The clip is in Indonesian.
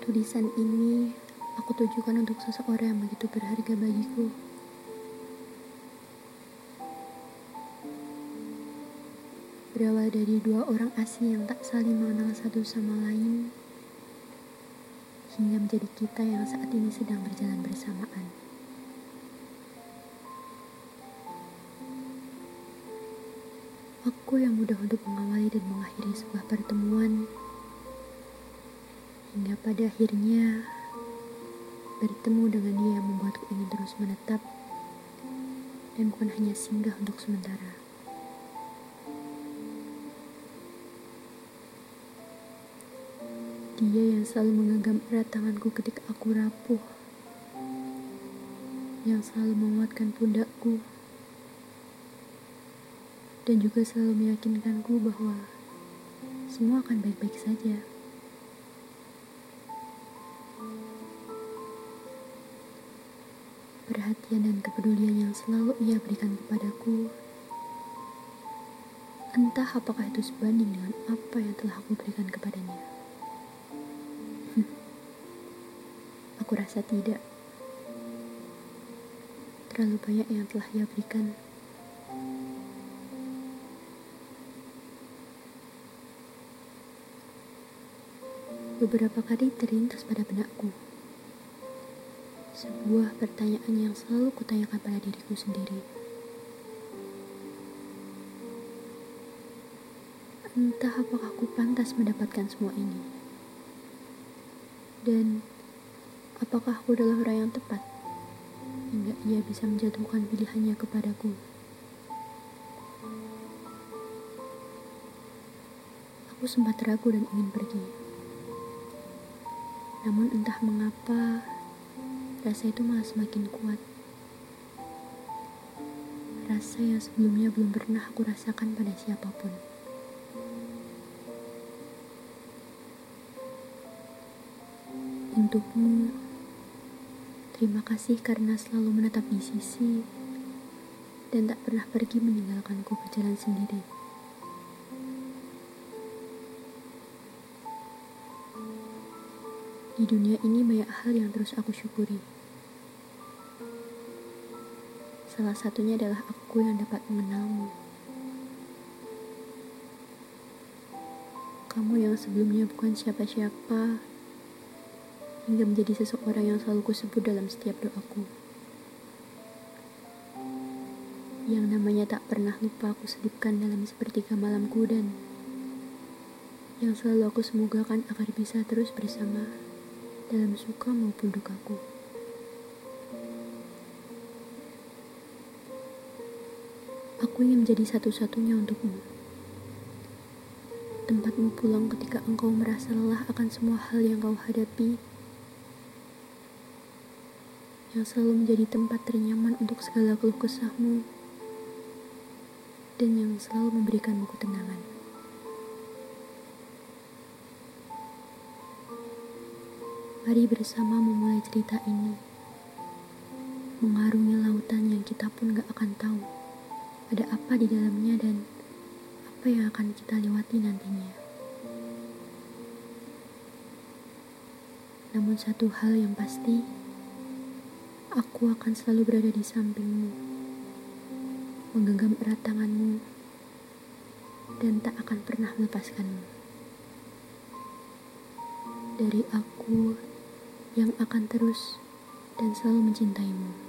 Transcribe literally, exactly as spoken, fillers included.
Tulisan ini aku tujukan untuk seseorang yang begitu berharga bagiku. Berawal dari dua orang asing yang tak saling mengenal satu sama lain, hingga menjadi kita yang saat ini sedang berjalan bersamaan. Aku yang mudah untuk mengawali dan mengakhiri sebuah pertemuan, hingga pada akhirnya bertemu dengan dia yang membuatku ingin terus menetap dan bukan hanya singgah untuk sementara. Dia yang selalu menggenggam erat tanganku ketika aku rapuh, yang selalu menguatkan pundakku, dan juga selalu meyakinkanku bahwa semua akan baik-baik saja. Perhatian dan kepedulian yang selalu ia berikan kepadaku, entah apakah itu sebanding dengan apa yang telah aku berikan kepadanya. Aku rasa tidak. Terlalu banyak yang telah ia berikan. Beberapa kali terlintas pada benakku sebuah pertanyaan yang selalu kutanyakan pada diriku sendiri. Entah apakah aku pantas mendapatkan semua ini, dan apakah aku adalah orang yang tepat hingga ia bisa menjatuhkan pilihannya kepadaku. Aku sempat ragu dan ingin pergi, namun entah mengapa rasa itu malah semakin kuat. Rasa yang sebelumnya belum pernah aku rasakan pada siapapun. Untukmu, terima kasih karena selalu menetap di sisi dan tak pernah pergi meninggalkanku berjalan sendiri. Di dunia ini banyak hal yang terus aku syukuri. Salah satunya adalah aku yang dapat mengenalmu. Kamu yang sebelumnya bukan siapa-siapa, hingga menjadi seseorang yang selalu kusebut dalam setiap doaku. Yang namanya tak pernah lupa aku selipkan dalam sepertiga malamku, dan yang selalu aku semogakan agar bisa terus bersama dalam suka maupun dukaku. Aku ingin menjadi satu-satunya untukmu. Tempatmu pulang ketika engkau merasa lelah akan semua hal yang kau hadapi, yang selalu menjadi tempat ternyaman untuk segala keluh kesahmu, dan yang selalu memberikanmu ketenangan. Mari bersama memulai cerita ini, mengarungi lautan yang kita pun gak akan tahu ada apa di dalamnya dan apa yang akan kita lewati nantinya. Namun satu hal yang pasti, aku akan selalu berada di sampingmu, menggenggam erat tanganmu, dan tak akan pernah melepaskanmu. Dari aku yang akan terus dan selalu mencintaimu.